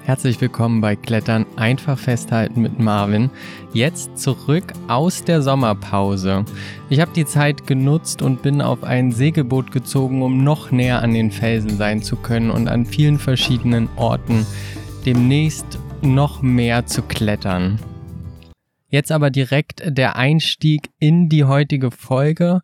Herzlich willkommen bei Klettern einfach festhalten mit Marvin. Jetzt zurück aus der Sommerpause. Ich habe die Zeit genutzt und bin auf ein Segelboot gezogen, um noch näher an den Felsen sein zu können und an vielen verschiedenen Orten demnächst noch mehr zu klettern. Jetzt aber direkt der Einstieg in die heutige Folge.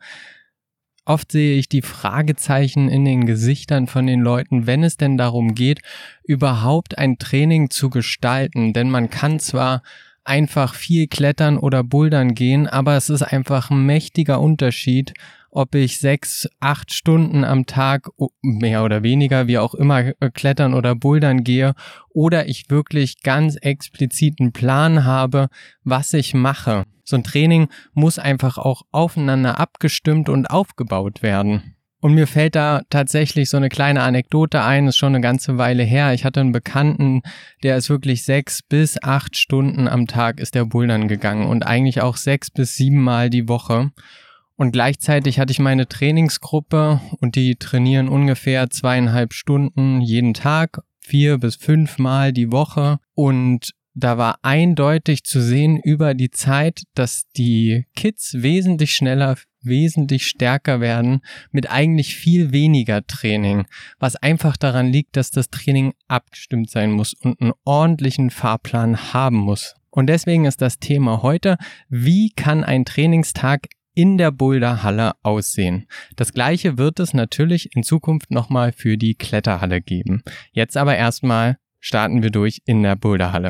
Oft sehe ich die Fragezeichen in den Gesichtern von den Leuten, wenn es denn darum geht, überhaupt ein Training zu gestalten. Denn man kann zwar einfach viel klettern oder bouldern gehen, aber es ist einfach ein mächtiger Unterschied, ob ich 6, 8 Stunden am Tag, mehr oder weniger, wie auch immer, klettern oder bouldern gehe oder ich wirklich ganz explizit einen Plan habe, was ich mache. So ein Training muss einfach auch aufeinander abgestimmt und aufgebaut werden. Und mir fällt da tatsächlich so eine kleine Anekdote ein, ist schon eine ganze Weile her. Ich hatte einen Bekannten, der ist wirklich 6 bis 8 Stunden am Tag ist der bouldern gegangen und eigentlich auch 6 bis 7 Mal die Woche. Und gleichzeitig hatte ich meine Trainingsgruppe und die trainieren ungefähr 2,5 Stunden jeden Tag, 4 bis 5 Mal die Woche. Und da war eindeutig zu sehen über die Zeit, dass die Kids wesentlich schneller, wesentlich stärker werden mit eigentlich viel weniger Training, was einfach daran liegt, dass das Training abgestimmt sein muss und einen ordentlichen Fahrplan haben muss. Und deswegen ist das Thema heute, wie kann ein Trainingstag in der Boulderhalle aussehen? Das gleiche wird es natürlich in Zukunft nochmal für die Kletterhalle geben. Jetzt aber erstmal starten wir durch in der Boulderhalle.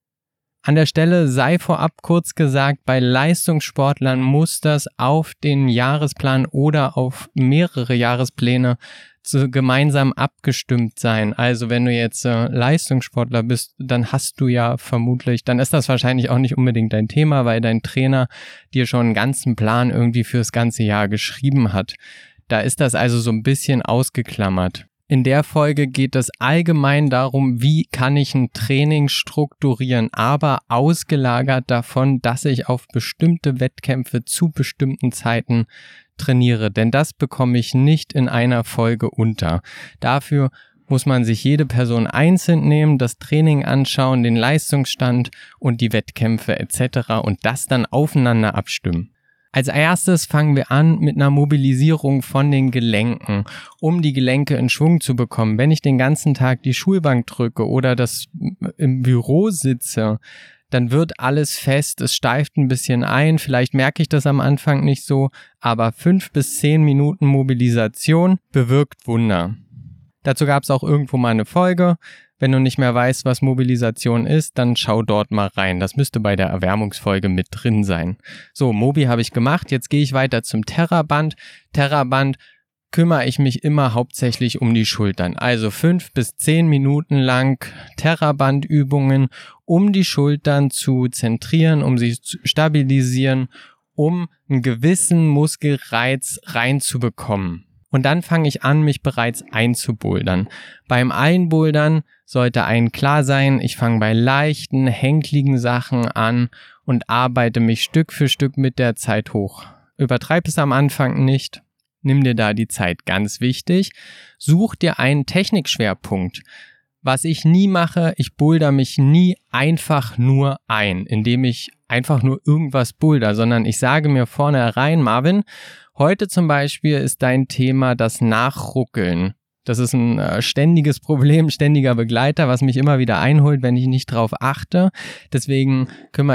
An der Stelle sei vorab kurz gesagt, bei Leistungssportlern muss das auf den Jahresplan oder auf mehrere Jahrespläne gemeinsam abgestimmt sein. Also wenn du jetzt Leistungssportler bist, dann hast du ja vermutlich, dann ist das wahrscheinlich auch nicht unbedingt dein Thema, weil dein Trainer dir schon einen ganzen Plan irgendwie fürs ganze Jahr geschrieben hat. Da ist das also so ein bisschen ausgeklammert. In der Folge geht es allgemein darum, wie kann ich ein Training strukturieren, aber ausgelagert davon, dass ich auf bestimmte Wettkämpfe zu bestimmten Zeiten trainiere. Denn das bekomme ich nicht in einer Folge unter. Dafür muss man sich jede Person einzeln nehmen, das Training anschauen, den Leistungsstand und die Wettkämpfe etc. und das dann aufeinander abstimmen. Als erstes fangen wir an mit einer Mobilisierung von den Gelenken, um die Gelenke in Schwung zu bekommen. Wenn ich den ganzen Tag die Schulbank drücke oder das im Büro sitze, dann wird alles fest, es steift ein bisschen ein, vielleicht merke ich das am Anfang nicht so, aber 5 bis 10 Minuten Mobilisation bewirkt Wunder. Dazu gab es auch irgendwo mal eine Folge. Wenn du nicht mehr weißt, was Mobilisation ist, dann schau dort mal rein. Das müsste bei der Erwärmungsfolge mit drin sein. So, Mobi habe ich gemacht. Jetzt gehe ich weiter zum Terraband. Terraband kümmere ich mich immer hauptsächlich um die Schultern. Also 5 bis 10 Minuten lang Terrabandübungen, um die Schultern zu zentrieren, um sie zu stabilisieren, um einen gewissen Muskelreiz reinzubekommen. Und dann fange ich an, mich bereits einzubouldern. Beim Einbouldern sollte allen klar sein, ich fange bei leichten, hänglichen Sachen an und arbeite mich Stück für Stück mit der Zeit hoch. Übertreib es am Anfang nicht, nimm dir da die Zeit, ganz wichtig. Such dir einen Technikschwerpunkt. Was ich nie mache, ich boulder mich nie einfach nur ein, indem ich einfach nur irgendwas boulder, sondern ich sage mir vornherein, Marvin, heute zum Beispiel ist dein Thema das Nachruckeln. Das ist ein ständiges Problem, ständiger Begleiter, was mich immer wieder einholt, wenn ich nicht drauf achte. Deswegen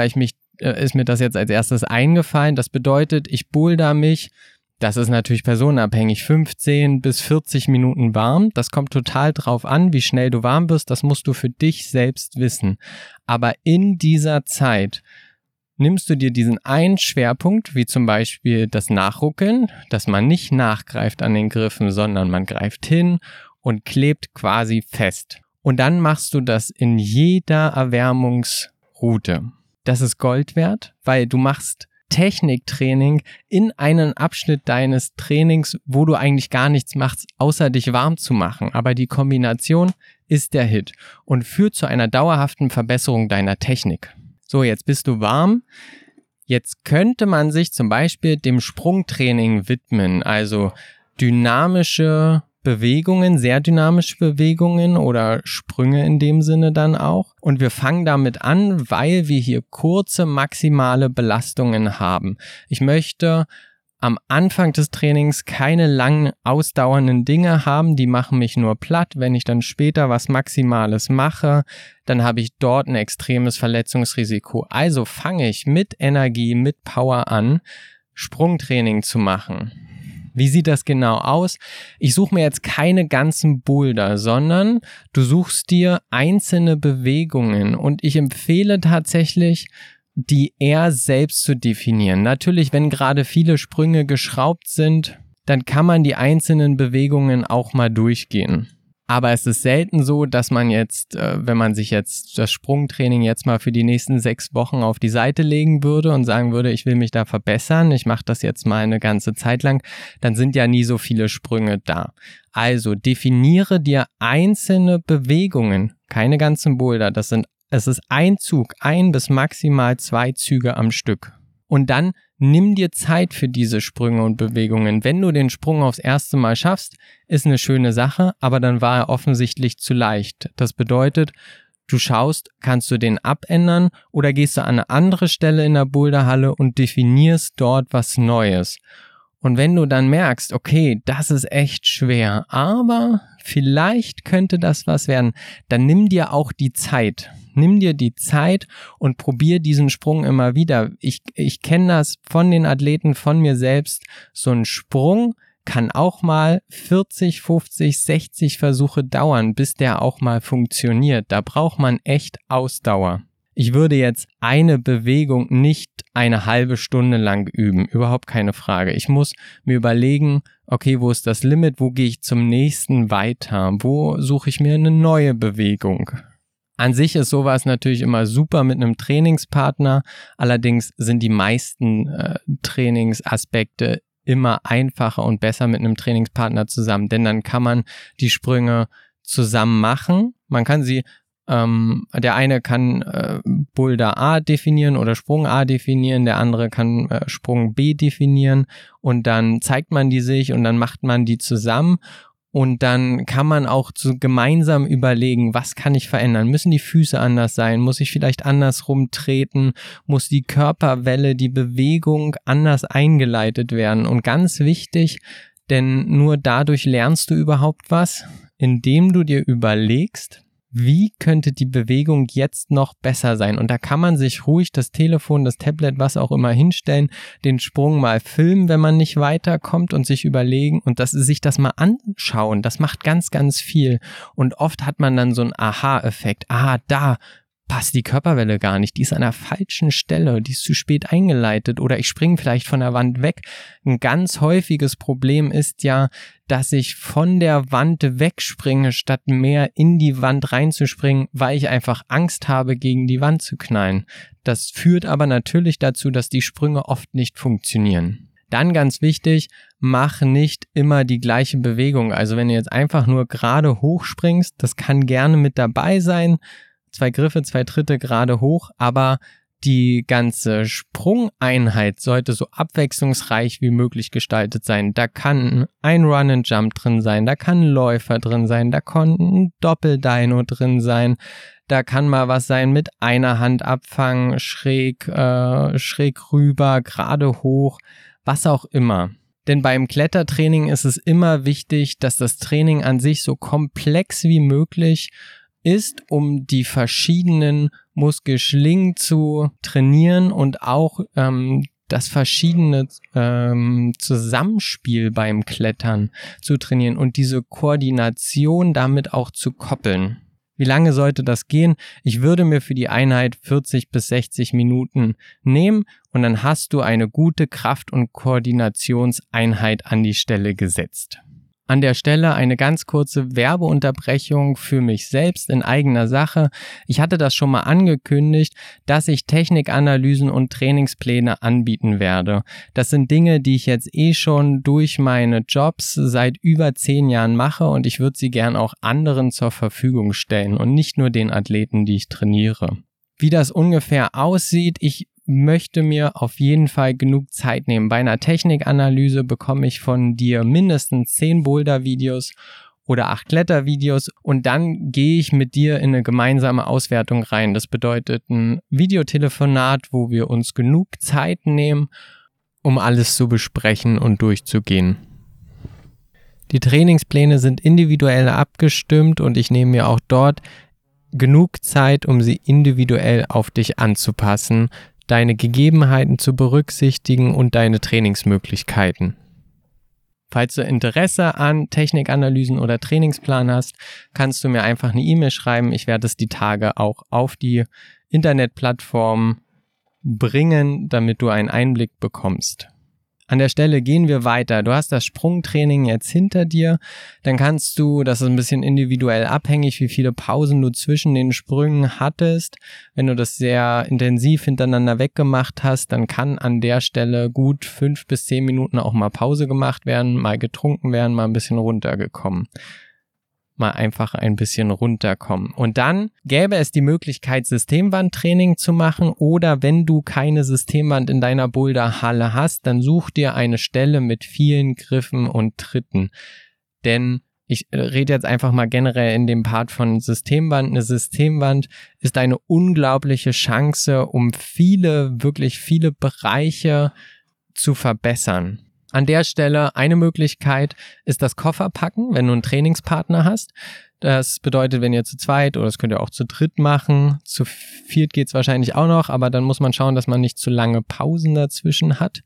ist mir das jetzt als erstes eingefallen. Das bedeutet, ich boulder mich, das ist natürlich personenabhängig, 15 bis 40 Minuten warm. Das kommt total drauf an, wie schnell du warm wirst. Das musst du für dich selbst wissen. Aber in dieser Zeit nimmst du dir diesen einen Schwerpunkt, wie zum Beispiel das Nachruckeln, dass man nicht nachgreift an den Griffen, sondern man greift hin und klebt quasi fest. Und dann machst du das in jeder Erwärmungsroute. Das ist Gold wert, weil du machst Techniktraining in einen Abschnitt deines Trainings, wo du eigentlich gar nichts machst, außer dich warm zu machen. Aber die Kombination ist der Hit und führt zu einer dauerhaften Verbesserung deiner Technik. So, jetzt bist du warm. Jetzt könnte man sich zum Beispiel dem Sprungtraining widmen, also dynamische Bewegungen, sehr dynamische Bewegungen oder Sprünge in dem Sinne dann auch. Und wir fangen damit an, weil wir hier kurze maximale Belastungen haben. Ich möchte am Anfang des Trainings keine langen, ausdauernden Dinge haben, die machen mich nur platt. Wenn ich dann später was Maximales mache, dann habe ich dort ein extremes Verletzungsrisiko. Also fange ich mit Energie, mit Power an, Sprungtraining zu machen. Wie sieht das genau aus? Ich suche mir jetzt keine ganzen Boulder, sondern du suchst dir einzelne Bewegungen und ich empfehle tatsächlich, die eher selbst zu definieren. Natürlich, wenn gerade viele Sprünge geschraubt sind, dann kann man die einzelnen Bewegungen auch mal durchgehen. Aber es ist selten so, dass man jetzt, wenn man sich jetzt das Sprungtraining jetzt mal für die nächsten 6 Wochen auf die Seite legen würde und sagen würde, ich will mich da verbessern, ich mache das jetzt mal eine ganze Zeit lang, dann sind ja nie so viele Sprünge da. Also definiere dir einzelne Bewegungen, keine ganzen Boulder, es ist ein Zug, 1 bis maximal 2 Züge am Stück. Und dann nimm dir Zeit für diese Sprünge und Bewegungen. Wenn du den Sprung aufs erste Mal schaffst, ist eine schöne Sache, aber dann war er offensichtlich zu leicht. Das bedeutet, du schaust, kannst du den abändern oder gehst du an eine andere Stelle in der Boulderhalle und definierst dort was Neues. Und wenn du dann merkst, okay, das ist echt schwer, aber vielleicht könnte das was werden, dann nimm dir auch die Zeit. Nimm dir die Zeit und probier diesen Sprung immer wieder. Ich kenne das von den Athleten, von mir selbst. So ein Sprung kann auch mal 40, 50, 60 Versuche dauern, bis der auch mal funktioniert. Da braucht man echt Ausdauer. Ich würde jetzt eine Bewegung nicht eine halbe Stunde lang üben, überhaupt keine Frage. Ich muss mir überlegen, okay, wo ist das Limit, wo gehe ich zum nächsten weiter, wo suche ich mir eine neue Bewegung. An sich ist sowas natürlich immer super mit einem Trainingspartner, allerdings sind die meisten Trainingsaspekte immer einfacher und besser mit einem Trainingspartner zusammen, denn dann kann man die Sprünge zusammen machen, man kann sie der eine kann Boulder A definieren oder Sprung A definieren, der andere kann Sprung B definieren und dann zeigt man die sich und dann macht man die zusammen und dann kann man auch gemeinsam überlegen, was kann ich verändern? Müssen die Füße anders sein? Muss ich vielleicht andersrum treten? Muss die Körperwelle, die Bewegung anders eingeleitet werden? Und ganz wichtig, denn nur dadurch lernst du überhaupt was, indem du dir überlegst, wie könnte die Bewegung jetzt noch besser sein? Und da kann man sich ruhig das Telefon, das Tablet, was auch immer hinstellen, den Sprung mal filmen, wenn man nicht weiterkommt und sich überlegen und sich das mal anschauen. Das macht ganz, ganz viel. Und oft hat man dann so einen Aha-Effekt. Ah, da passt die Körperwelle gar nicht, die ist an der falschen Stelle, die ist zu spät eingeleitet oder ich springe vielleicht von der Wand weg. Ein ganz häufiges Problem ist ja, dass ich von der Wand wegspringe, statt mehr in die Wand reinzuspringen, weil ich einfach Angst habe, gegen die Wand zu knallen. Das führt aber natürlich dazu, dass die Sprünge oft nicht funktionieren. Dann ganz wichtig, mach nicht immer die gleiche Bewegung. Also wenn du jetzt einfach nur gerade hochspringst, das kann gerne mit dabei sein, 2 Griffe, 2 Tritte gerade hoch, aber die ganze Sprungeinheit sollte so abwechslungsreich wie möglich gestaltet sein. Da kann ein Run and Jump drin sein, da kann ein Läufer drin sein, da kann ein Doppeldino drin sein, da kann mal was sein mit einer Hand abfangen, schräg rüber, gerade hoch, was auch immer. Denn beim Klettertraining ist es immer wichtig, dass das Training an sich so komplex wie möglich ist, um die verschiedenen Muskelschlingen zu trainieren und auch das verschiedene Zusammenspiel beim Klettern zu trainieren und diese Koordination damit auch zu koppeln. Wie lange sollte das gehen? Ich würde mir für die Einheit 40 bis 60 Minuten nehmen und dann hast du eine gute Kraft- und Koordinationseinheit an die Stelle gesetzt. An der Stelle eine ganz kurze Werbeunterbrechung für mich selbst in eigener Sache. Ich hatte das schon mal angekündigt, dass ich Technikanalysen und Trainingspläne anbieten werde. Das sind Dinge, die ich jetzt schon durch meine Jobs seit über 10 Jahren mache und ich würde sie gern auch anderen zur Verfügung stellen und nicht nur den Athleten, die ich trainiere. Wie das ungefähr aussieht, ich möchte mir auf jeden Fall genug Zeit nehmen. Bei einer Technikanalyse bekomme ich von dir mindestens 10 Boulder-Videos oder 8 Klettervideos und dann gehe ich mit dir in eine gemeinsame Auswertung rein. Das bedeutet ein Videotelefonat, wo wir uns genug Zeit nehmen, um alles zu besprechen und durchzugehen. Die Trainingspläne sind individuell abgestimmt und ich nehme mir auch dort genug Zeit, um sie individuell auf dich anzupassen, deine Gegebenheiten zu berücksichtigen und deine Trainingsmöglichkeiten. Falls du Interesse an Technikanalysen oder Trainingsplan hast, kannst du mir einfach eine E-Mail schreiben. Ich werde es die Tage auch auf die Internetplattform bringen, damit du einen Einblick bekommst. An der Stelle gehen wir weiter. Du hast das Sprungtraining jetzt hinter dir. Dann kannst du, das ist ein bisschen individuell abhängig, wie viele Pausen du zwischen den Sprüngen hattest. Wenn du das sehr intensiv hintereinander weggemacht hast, dann kann an der Stelle gut 5 bis 10 Minuten auch mal Pause gemacht werden, mal getrunken werden, mal ein bisschen runtergekommen. Mal einfach ein bisschen runterkommen. Und dann gäbe es die Möglichkeit, Systemwandtraining zu machen oder wenn du keine Systemwand in deiner Boulderhalle hast, dann such dir eine Stelle mit vielen Griffen und Tritten. Denn ich rede jetzt einfach mal generell in dem Part von Systemwand. Eine Systemwand ist eine unglaubliche Chance, um wirklich viele Bereiche zu verbessern. An der Stelle eine Möglichkeit ist das Kofferpacken, wenn du einen Trainingspartner hast. Das bedeutet, wenn ihr zu zweit oder das könnt ihr auch zu dritt machen, zu viert geht's wahrscheinlich auch noch, aber dann muss man schauen, dass man nicht zu lange Pausen dazwischen hat.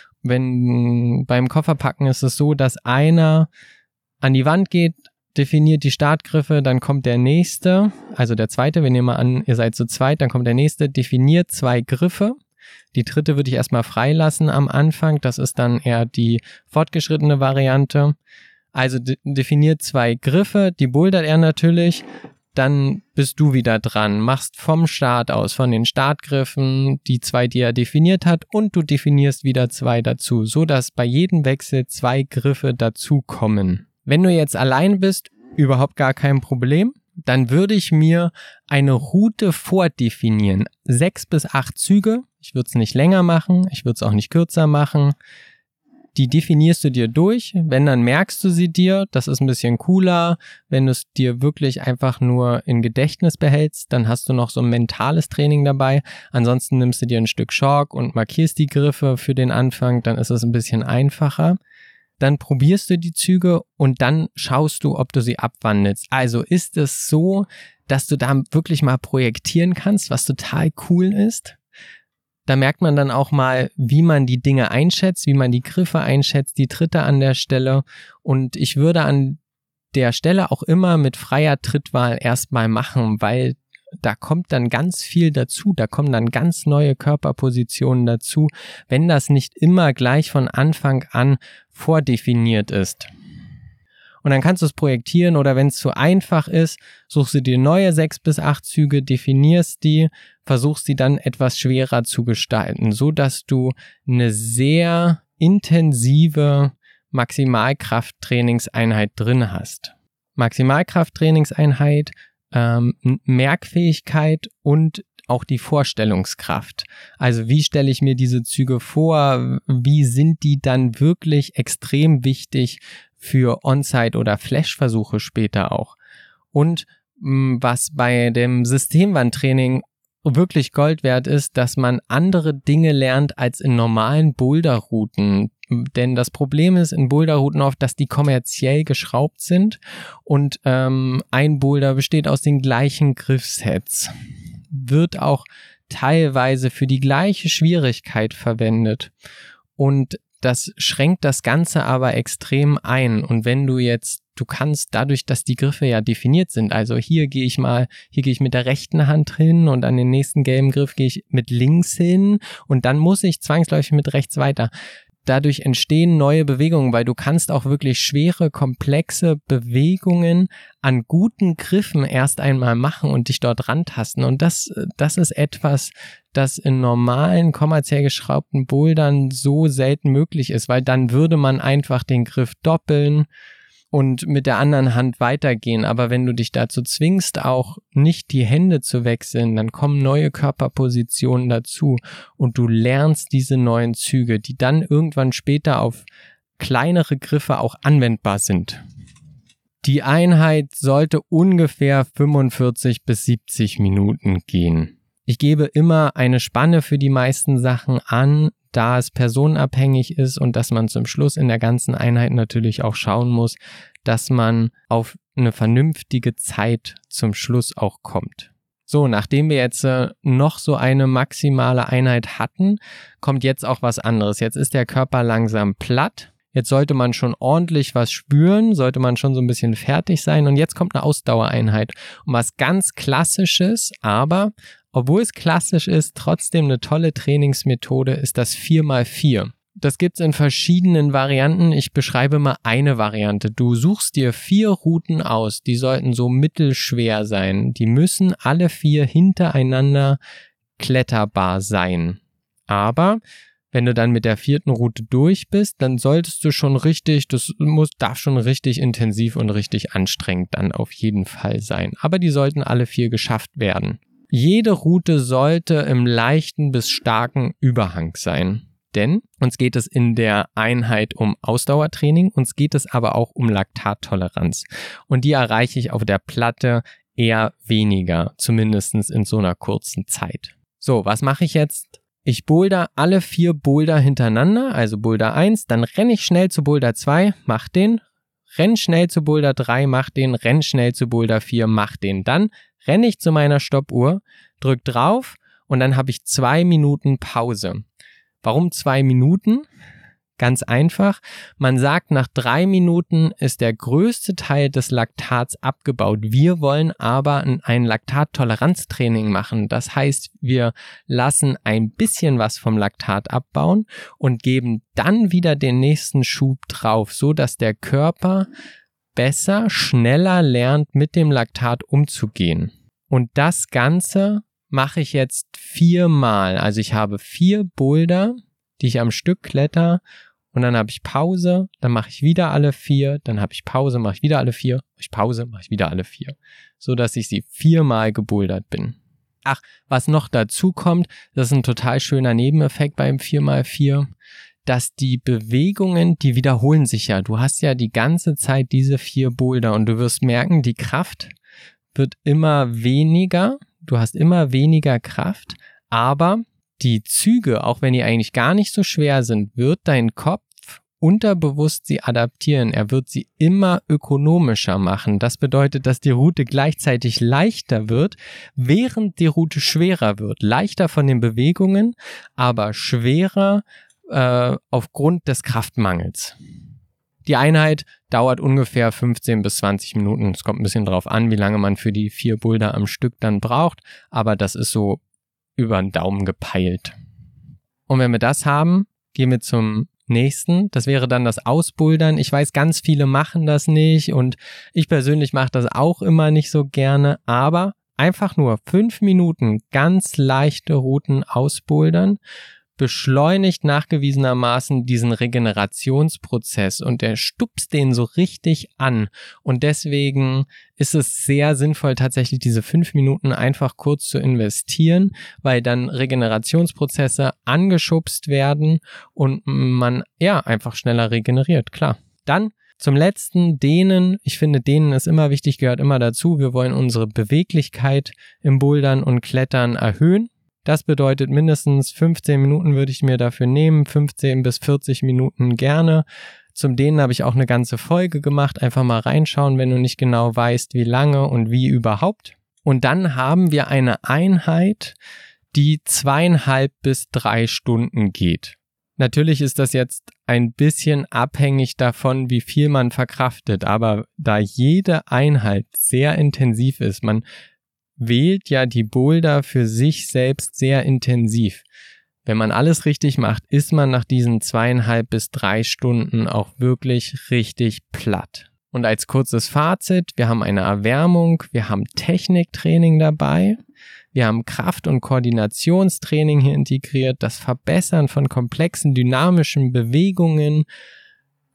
Beim Kofferpacken ist es so, dass einer an die Wand geht, definiert die Startgriffe, dann kommt der nächste, also der zweite, wir nehmen mal an, ihr seid zu zweit, dann kommt der nächste, definiert 2 Griffe. Die dritte würde ich erstmal freilassen am Anfang. Das ist dann eher die fortgeschrittene Variante. Also definiert 2 Griffe, die bouldert er natürlich. Dann bist du wieder dran. Machst vom Start aus, von den Startgriffen, die 2, die er definiert hat, und du definierst wieder 2 dazu, so dass bei jedem Wechsel 2 Griffe dazukommen. Wenn du jetzt allein bist, überhaupt gar kein Problem. Dann würde ich mir eine Route vordefinieren. 6 bis 8 Züge. Ich würde es nicht länger machen, ich würde es auch nicht kürzer machen. Die definierst du dir durch. Wenn, dann merkst du sie dir. Das ist ein bisschen cooler. Wenn du es dir wirklich einfach nur in Gedächtnis behältst, dann hast du noch so ein mentales Training dabei. Ansonsten nimmst du dir ein Stück Chalk und markierst die Griffe für den Anfang. Dann ist es ein bisschen einfacher. Dann probierst du die Züge und dann schaust du, ob du sie abwandelst. Also ist es so, dass du da wirklich mal projektieren kannst, was total cool ist. Da merkt man dann auch mal, wie man die Dinge einschätzt, wie man die Griffe einschätzt, die Tritte an der Stelle. Und ich würde an der Stelle auch immer mit freier Trittwahl erstmal machen, weil da kommt dann ganz viel dazu, da kommen dann ganz neue Körperpositionen dazu, wenn das nicht immer gleich von Anfang an vordefiniert ist. Und dann kannst du es projektieren oder wenn es zu einfach ist, suchst du dir neue 6 bis 8 Züge, definierst die, versuchst die dann etwas schwerer zu gestalten, so dass du eine sehr intensive Maximalkrafttrainingseinheit drin hast. Maximalkrafttrainingseinheit, Merkfähigkeit und auch die Vorstellungskraft. Also wie stelle ich mir diese Züge vor? Wie sind die dann wirklich extrem wichtig für On-Site- oder Flash-Versuche später auch? Und was bei dem Systemwandtraining wirklich Gold wert ist, dass man andere Dinge lernt als in normalen Boulderrouten. Denn das Problem ist in Boulderrouten oft, dass die kommerziell geschraubt sind und ein Boulder besteht aus den gleichen Griffsets. Wird auch teilweise für die gleiche Schwierigkeit verwendet. Und das schränkt das Ganze aber extrem ein. Und wenn du kannst dadurch, dass die Griffe ja definiert sind, also hier gehe ich mit der rechten Hand hin und an den nächsten gelben Griff gehe ich mit links hin und dann muss ich zwangsläufig mit rechts weiter. Dadurch entstehen neue Bewegungen, weil du kannst auch wirklich schwere, komplexe Bewegungen an guten Griffen erst einmal machen und dich dort rantasten. Und das ist etwas, das in normalen, kommerziell geschraubten Bouldern so selten möglich ist, weil dann würde man einfach den Griff doppeln und mit der anderen Hand weitergehen. Aber wenn du dich dazu zwingst, auch nicht die Hände zu wechseln, dann kommen neue Körperpositionen dazu und du lernst diese neuen Züge, die dann irgendwann später auf kleinere Griffe auch anwendbar sind. Die Einheit sollte ungefähr 45 bis 70 Minuten gehen. Ich gebe immer eine Spanne für die meisten Sachen an, da es personenabhängig ist und dass man zum Schluss in der ganzen Einheit natürlich auch schauen muss, dass man auf eine vernünftige Zeit zum Schluss auch kommt. So, nachdem wir jetzt noch so eine maximale Einheit hatten, kommt jetzt auch was anderes. Jetzt ist der Körper langsam platt. Jetzt sollte man schon ordentlich was spüren, sollte man schon so ein bisschen fertig sein und jetzt kommt eine Ausdauereinheit. Und was ganz Klassisches, aber obwohl es klassisch ist, trotzdem eine tolle Trainingsmethode ist das 4x4. Das gibt's in verschiedenen Varianten. Ich beschreibe mal eine Variante. Du suchst dir 4 Routen aus, die sollten so mittelschwer sein. Die müssen alle 4 hintereinander kletterbar sein. Aber wenn du dann mit der 4. Route durch bist, dann solltest du schon richtig, darf schon richtig intensiv und richtig anstrengend dann auf jeden Fall sein. Aber die sollten alle 4 geschafft werden. Jede Route sollte im leichten bis starken Überhang sein. Denn uns geht es in der Einheit um Ausdauertraining, uns geht es aber auch um Laktattoleranz. Und die erreiche ich auf der Platte eher weniger, zumindest in so einer kurzen Zeit. So, was mache ich jetzt? Ich boulder alle 4 Boulder hintereinander, also Boulder 1, dann renne ich schnell zu Boulder 2, mach den, renn schnell zu Boulder 3, mach den, renn schnell zu Boulder 4, mach den. Dann renne ich zu meiner Stoppuhr, drück drauf und dann habe ich 2 Minuten Pause. Warum 2 Minuten? Ganz einfach, man sagt, nach 3 Minuten ist der größte Teil des Laktats abgebaut. Wir wollen aber ein Laktattoleranztraining machen. Das heißt, wir lassen ein bisschen was vom Laktat abbauen und geben dann wieder den nächsten Schub drauf, so dass der Körper besser, schneller lernt, mit dem Laktat umzugehen. Und das Ganze mache ich jetzt 4-mal. Also ich habe 4 Boulder, die ich am Stück kletter und dann habe ich Pause, dann mache ich wieder alle 4, dann habe ich Pause, mache ich wieder alle 4, mache ich Pause, mache ich wieder alle 4, so dass ich sie 4-mal gebouldert bin. Ach, was noch dazu kommt, das ist ein total schöner Nebeneffekt beim 4x4, dass die Bewegungen, die wiederholen sich ja. Du hast ja die ganze Zeit diese 4 Boulder und du wirst merken, die Kraft wird immer weniger, du hast immer weniger Kraft, aber die Züge, auch wenn die eigentlich gar nicht so schwer sind, wird dein Kopf unterbewusst sie adaptieren. Er wird sie immer ökonomischer machen. Das bedeutet, dass die Route gleichzeitig leichter wird, während die Route schwerer wird. Leichter von den Bewegungen, aber schwerer aufgrund des Kraftmangels. Die Einheit dauert ungefähr 15 bis 20 Minuten. Es kommt ein bisschen drauf an, wie lange man für die 4 Boulder am Stück dann braucht, aber das ist so über den Daumen gepeilt. Und wenn wir das haben, gehen wir zum nächsten. Das wäre dann das Ausbouldern. Ich weiß, ganz viele machen das nicht und ich persönlich mache das auch immer nicht so gerne, aber einfach nur 5 Minuten ganz leichte Routen ausbouldern, beschleunigt nachgewiesenermaßen diesen Regenerationsprozess und der stupst den so richtig an und deswegen ist es sehr sinnvoll, tatsächlich diese 5 Minuten einfach kurz zu investieren, weil dann Regenerationsprozesse angeschubst werden und man einfach schneller regeneriert, klar. Dann zum letzten Dehnen. Ich finde, Dehnen ist immer wichtig, gehört immer dazu. Wir wollen unsere Beweglichkeit im Bouldern und Klettern erhöhen. Das bedeutet mindestens 15 Minuten würde ich mir dafür nehmen, 15 bis 40 Minuten gerne. Zum Dehnen habe ich auch eine ganze Folge gemacht. Einfach mal reinschauen, wenn du nicht genau weißt, wie lange und wie überhaupt. Und dann haben wir eine Einheit, die 2,5 bis 3 Stunden geht. Natürlich ist das jetzt ein bisschen abhängig davon, wie viel man verkraftet, aber da jede Einheit sehr intensiv ist, man wählt ja die Boulder für sich selbst sehr intensiv. Wenn man alles richtig macht, ist man nach diesen 2,5 bis 3 Stunden auch wirklich richtig platt. Und als kurzes Fazit, wir haben eine Erwärmung, wir haben Techniktraining dabei, wir haben Kraft- und Koordinationstraining hier integriert, das Verbessern von komplexen dynamischen Bewegungen,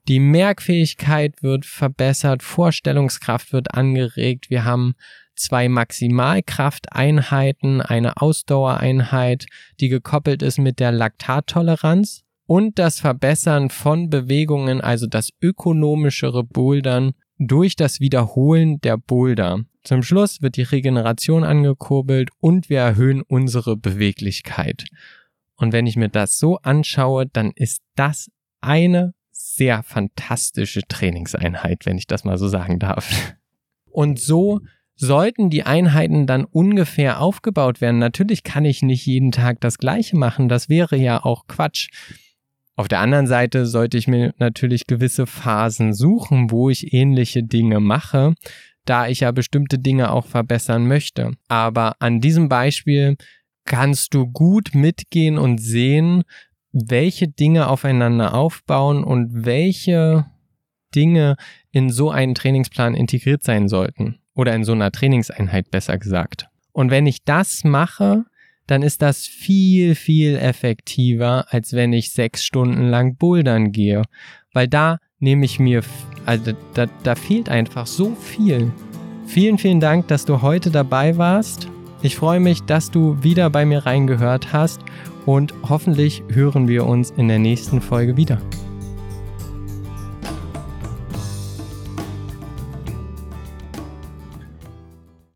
Die Merkfähigkeit wird verbessert, Vorstellungskraft wird angeregt. Wir haben 2 Maximalkrafteinheiten, eine Ausdauereinheit, die gekoppelt ist mit der Laktattoleranz und das Verbessern von Bewegungen, also das ökonomischere Bouldern durch das Wiederholen der Boulder. Zum Schluss wird die Regeneration angekurbelt und wir erhöhen unsere Beweglichkeit. Und wenn ich mir das so anschaue, dann ist das eine sehr fantastische Trainingseinheit, wenn ich das mal so sagen darf. Und so sollten die Einheiten dann ungefähr aufgebaut werden. Natürlich kann ich nicht jeden Tag das Gleiche machen, das wäre ja auch Quatsch. Auf der anderen Seite sollte ich mir natürlich gewisse Phasen suchen, wo ich ähnliche Dinge mache, da ich ja bestimmte Dinge auch verbessern möchte. Aber an diesem Beispiel kannst du gut mitgehen und sehen, welche Dinge aufeinander aufbauen und welche Dinge in so einen Trainingsplan integriert sein sollten. Oder in so einer Trainingseinheit besser gesagt. Und wenn ich das mache, dann ist das viel, viel effektiver, als wenn ich 6 Stunden lang bouldern gehe. Weil da nehme ich mir, also da fehlt einfach so viel. Vielen, vielen Dank, dass du heute dabei warst. Ich freue mich, dass du wieder bei mir reingehört hast und hoffentlich hören wir uns in der nächsten Folge wieder.